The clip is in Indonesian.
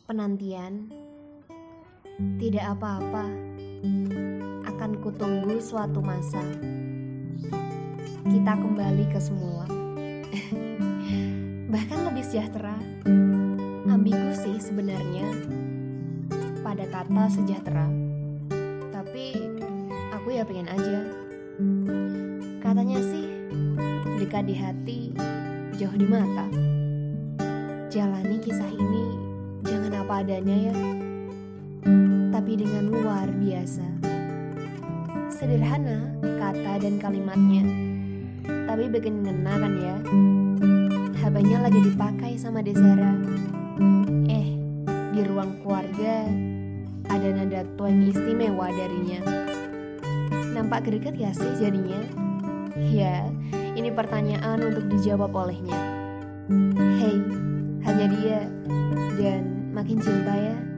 Penantian, tidak apa-apa, akan kutunggu suatu masa. Kita kembali ke semula. Bahkan lebih sejahtera. Ambigu sih sebenarnya pada kata sejahtera. Tapi aku ya pengen aja. Katanya sih dekat di hati, jauh di mata. Jalani kisah ini jangan apa adanya ya, tapi dengan luar biasa. Sederhana kata dan kalimatnya, tapi bikin ngena kan ya. HP-nya lagi dipakai sama Desara. Di ruang keluarga ada nada twang istimewa darinya. Nampak greget ya sih jadinya? Ya, ini pertanyaan untuk dijawab olehnya. Hey, hanya dia dan makin cinta ya.